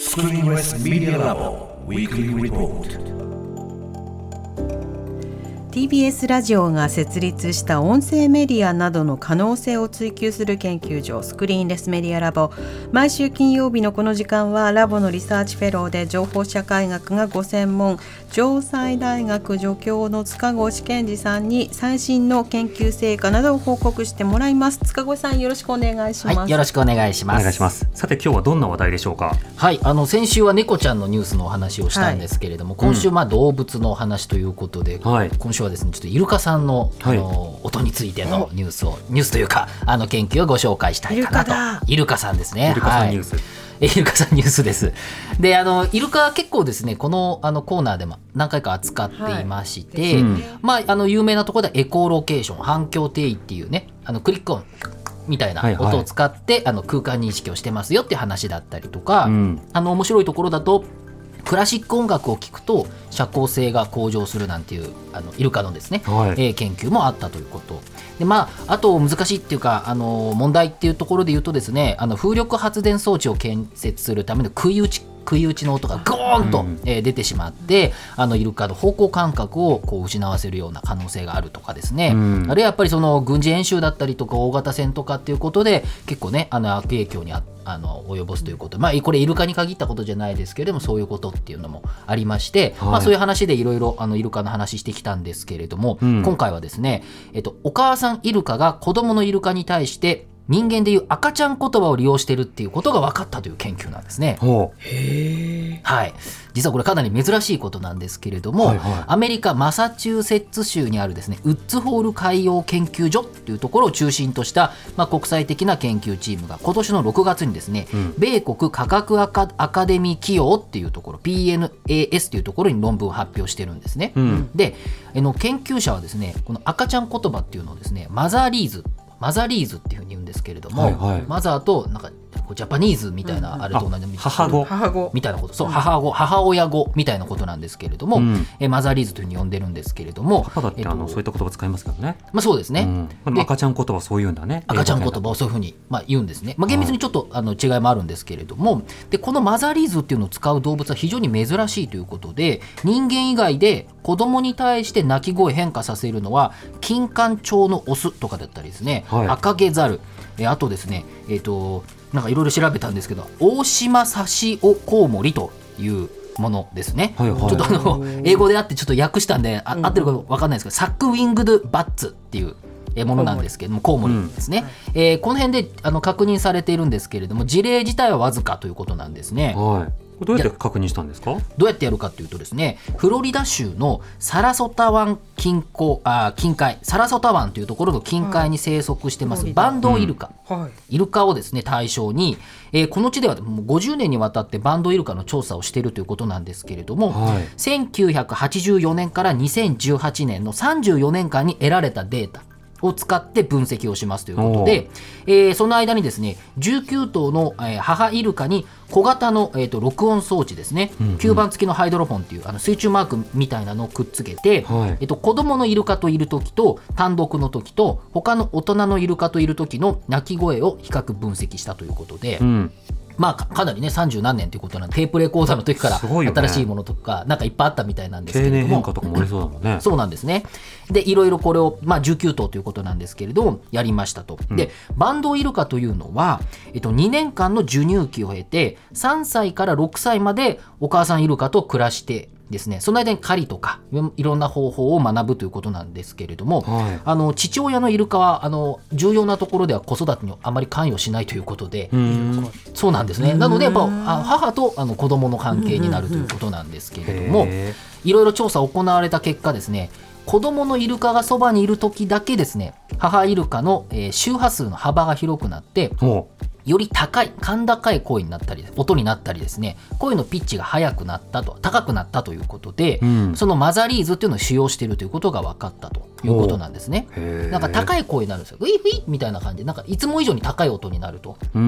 Screenless Media Lab Weekly Report。 TBS ラジオが設立した音声メディアなどの可能性を追求する研究所スクリーンレスメディアラボ。毎週金曜日のこの時間はラボのリサーチフェローで情報社会学がご専門、城西大学助教の塚越健二さんに最新の研究成果などを報告してもらいます。塚越さん、よろしくお願いします。 はい、よろしくお願いします。 お願いします。さて今日はどんな話題でしょうか。 はい、先週は猫ちゃんのニュースのお話をしたんですけれども、今週動物のお話ということで、今週はですねちょっとイルカさんの、音についてのニュースというか研究をご紹介したいかなと。イルカさんですね。 イルカさんニュース、 イルカさんニュースです。でイルカは結構ですねこのコーナーでも何回か扱っていまして、有名なところでエコーロケーション、反響定位っていうねクリック音みたいな音を使って、空間認識をしてますよっていう話だったりとか、面白いところだとクラシック音楽を聴くと社交性が向上するなんていうイルカのですね、研究もあったということで、あと難しいっていうか問題っていうところで言うとですね、風力発電装置を建設するための杭打ちの音がゴーンと、出てしまってイルカの方向感覚を失わせるような可能性があるとかですね、あるいはやっぱりその軍事演習だったりとか大型船とかっていうことで結構ね悪影響に及ぼすということ、これイルカに限ったことじゃないですけれどもそういうことっていうのもありまして、そういう話でいろいろイルカの話してきたんですけれども、今回はですね、お母さんイルカが子供のイルカに対して人間でいう赤ちゃん言葉を利用しているっていうことが分かったという研究なんですね。はい、実はこれかなり珍しいことなんですけれども、アメリカマサチューセッツ州にあるですねウッズホール海洋研究所というところを中心とした、国際的な研究チームが今年の6月にですね、米国科学アカデミー企業っていうところ PNAS というところに論文を発表してるんですね。で研究者はですねこの赤ちゃん言葉っていうのをですねマザーリーズっていうふうに言うんですけれども、マザーとなんかジャパニーズみたいなあれと同じ母語みたいなこと、そう、母親語みたいなことなんですけれども、マザーリーズというふうに呼んでるんですけれども、 パパだってそういった言葉使いますからね。 そうですね、 赤ちゃん言葉はそういうんだね。 赤ちゃん言葉をそういうふうに言うんですね。厳密にちょっと違いもあるんですけれども、でこのマザーリーズっていうのを使う動物は非常に珍しいということで、人間以外で子供に対して鳴き声変化させるのは金環鳥のオスとかだったりですね、赤毛ザル、あとですねなんかいろいろ調べたんですけどオオシマサシオコウモリというものですね。ちょっと英語であってちょっと訳したんで合ってるか分かんないですけど、サックウィングドバッツっていうものなんですけれども、コウモリですね。この辺で確認されているんですけれども、事例自体はわずかということなんですね。 どうやって確認したんですか？ どうやってやるかというとですね、フロリダ州のサラソタ湾近海、サラソタ湾というところの近海に生息してますバンドウイルカ、イルカをですね対象に、この地ではもう50年にわたってバンドウイルカの調査をしているということなんですけれども、1984年から2018年の34年間に得られたデータを使って分析をしますということで、その間にですね19頭の、母イルカに小型の、録音装置ですね、吸盤付きのハイドロフォンという水中マークみたいなのをくっつけて、子供のイルカといる時と単独の時と他の大人のイルカといる時の鳴き声を比較分析したということで、かなりね30何年ということなんで、テープレコーダーの時から新しいものとかなんかいっぱいあったみたいなんですけれども、 経年変化とかもありそうだもんね。 そうなんですね。でいろいろこれを、19頭ということなんですけれどもやりましたと。でバンドウイルカというのは、2年間の授乳期を経て3歳から6歳までお母さんイルカと暮らしてですね、その間に狩りとかいろんな方法を学ぶということなんですけれども、父親のイルカは重要なところでは子育てにあまり関与しないということで、そうなんですね。なのでやっぱ母と子供の関係になるということなんですけれども、いろいろ調査行われた結果ですね、子供のイルカがそばにいる時だけですね母イルカの周波数の幅が広くなって、より高い声になったり音になったりですね、声のピッチが高くなったということで、そのマザリーズっていうのを使用しているということが分かったということなんですね。なんか高い声になるんですよ。ウィフィみたいな感じでなんかいつも以上に高い音になるというこ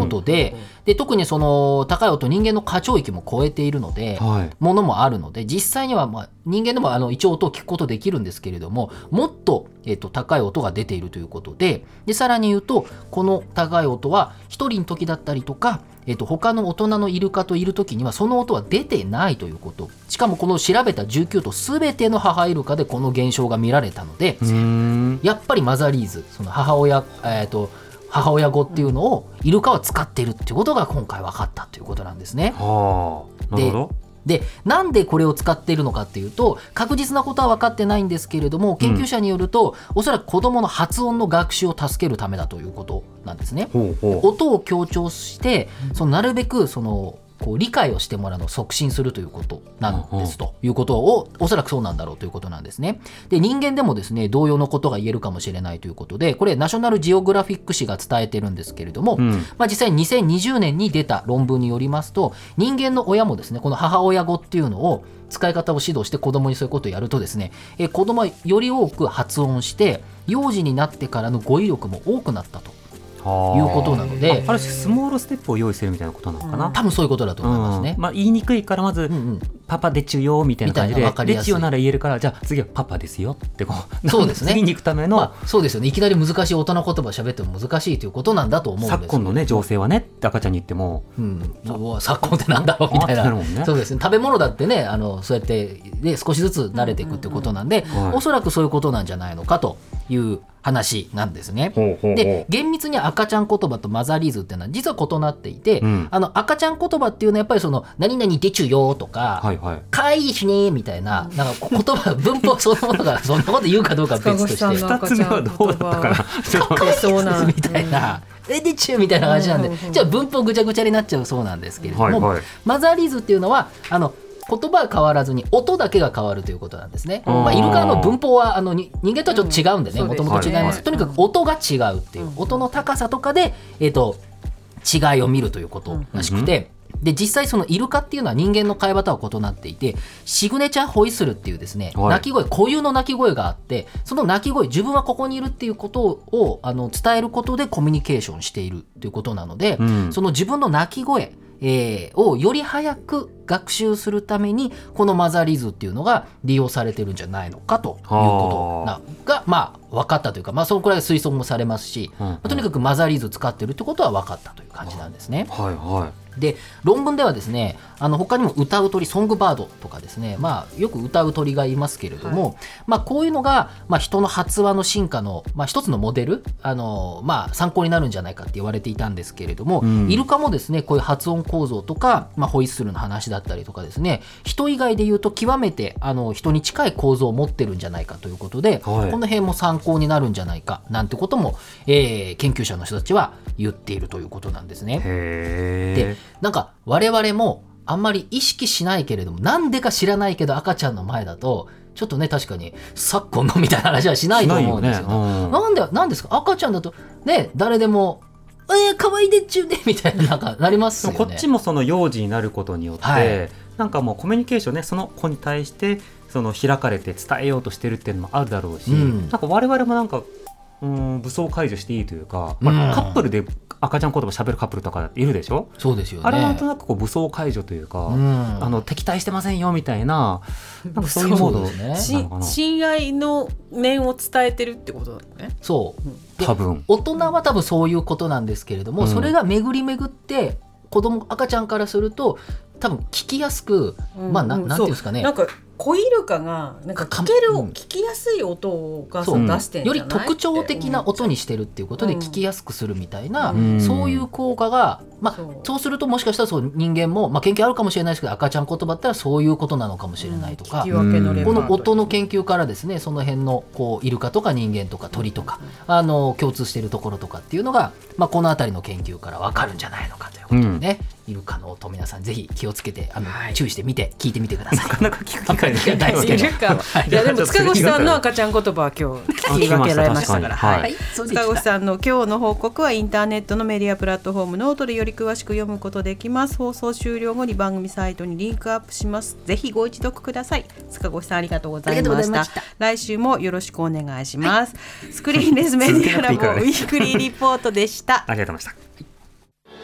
ことで、で特にその高い音、人間の過聴域も超えているので、ものもあるので、実際には人間でも一応音を聞くことできるんですけれども、もっと、高い音が出ているということで、さらに言うとこの高い音は一人の時だったりとか、他の大人のイルカといる時にはその音は出てないということ。しかもこの調べた19頭すべての母イルカでこの現象が見られたので、やっぱりマザリーズ、その母親語っていうのをイルカは使っているっていうことが今回分かったということなんですね。 なるほど。 でなんでこれを使っているのかっていうと、確実なことは分かってないんですけれども、研究者によると、おそらく子どもの発音の学習を助けるためだということなんですね。音を強調してなるべく理解をしてもらうのを促進するということなんですということを、おそらくそうなんだろうということなんですね。で人間でもですね、同様のことが言えるかもしれないということで、これナショナルジオグラフィック誌が伝えてるんですけれども、実際に2020年に出た論文によりますと、人間の親もですね、この母親語っていうのを使い方を指導して子供にそういうことをやるとですね、子供はより多く発音して幼児になってからの語彙力も多くなったということなので、 ある種スモールステップを用意するみたいなことなのかな。 多分そういうことだと思いますね。 言いにくいからまず、パパでちゅよみたいな感じで、でちゅよなら言えるから、じゃあ次はパパですよってそうですね、 次に行くための、 そうですよね。いきなり難しい大人言葉喋っても難しいということなんだと思うんですよ。 昨今のね情勢はねって赤ちゃんに言っても、 昨今ってなんだろうみたいな、 ね、 そうですね。食べ物だってね、そうやってで少しずつ慣れていくっていうことなんで、おそらくそういうことなんじゃないのかという話なんですね。で厳密に赤ちゃん言葉とマザリーズっていうのは実は異なっていて、赤ちゃん言葉っていうのはやっぱり何々でちゅよとか、かわいいしねみたいな、なんか言葉文法そのものがそんなこと言うかどうかは別として、 2つ目はどうだったかなそうなんみたいな、でちゅみたいな感じなんで、じゃあ文法ぐちゃぐちゃになっちゃうそうなんですけれども、マザリーズっていうのは言葉は変わらずに音だけが変わるということなんですね。イルカの文法は人間とはちょっと違うんでね、もともと違います。とにかく音が違うっていう、音の高さとかで、違いを見るということらしくて、で実際そのイルカっていうのは人間の会話とは異なっていて、シグネチャーホイッスルっていうですね、鳴き声、固有の鳴き声があって、その鳴き声、自分はここにいるっていうことを伝えることでコミュニケーションしているということなので、その自分の鳴き声をより早く学習するためにこのマザリーズっていうのが利用されてるんじゃないのかということが分かったというか、そのくらい推測もされますし、とにかくマザリーズ使ってるってことは分かったという感じなんですね。で論文ではですね、他にも歌う鳥、ソングバードとかですね、よく歌う鳥がいますけれども、こういうのが、人の発話の進化の、一つのモデル、参考になるんじゃないかって言われていたんですけれども、イルカもですね、こういう発音構造とか、ホイッスルの話だったりとかですね、人以外でいうと極めて人に近い構造を持ってるんじゃないかということで、この辺も参考になるんじゃないかなんてことも、研究者の人たちは言っているということなんですね。でなんか我々もあんまり意識しないけれども、なんでか知らないけど赤ちゃんの前だとちょっとね、確かに昨今のみたいな話はしないと思うんですよね。なんですか、赤ちゃんだとね、誰でも可愛いでっちゅうねみたいな、なりますよね。 こっちもその幼児になることによって、なんかもうコミュニケーションね、その子に対して開かれて伝えようとしてるっていうのもあるだろうし、なんか我々もなんか武装解除していいというか、カップルで赤ちゃん言葉喋るカップルとかいるでしょ。 そうですよね。 あれなんとなく武装解除というか、敵対してませんよみたいな、なんかそういうモードなのかな。 親愛の念を伝えてるってことだね。 そう多分大人は多分そういうことなんですけれども、それが巡り巡って赤ちゃんからすると多分聞きやすく、なんていうんですかね、 なんか子イルカがなんか聞きやすい音をお母さん出してんじゃない？ より特徴的な音にしてるっていうことで聞きやすくするみたいな、そういう効果が、そうするともしかしたら人間も、研究あるかもしれないですけど、赤ちゃん言葉ってそういうことなのかもしれないとか、この音の研究からですね、その辺のイルカとか人間とか鳥とか共通しているところとかっていうのが、このあたりの研究から分かるんじゃないのかということでね、イルカの音、皆さんぜひ気をつけて注意してみて聞いてみてください。 なかなか聞く機会ないですけど、 いやでも塚越さんの赤ちゃん言葉は今日聞き分けられましたから、塚越さんの今日の報告はインターネットのメディアプラットフォームノートでより詳しく読むことできます。放送終了後に番組サイトにリンクアップします。ぜひご一読ください。塚越さんありがとうございました。来週もよろしくお願いします。スクリーンレスメディアラボウィークリーリポートでした。 ありがとうございました。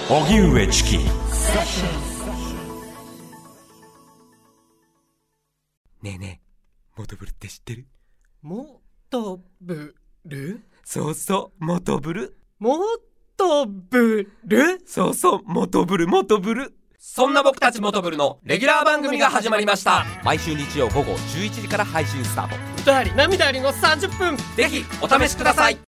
荻上チキ。 ねえねえ、モトブルって知ってる？ モトブル？ そうそう、モトブル。 モトブル？ そうそう、モトブルモトブル。そんな僕たちモトブルのレギュラー番組が始まりました。毎週日曜午後11時から配信スタート。 歌あり涙ありの30分、 ぜひお試しください。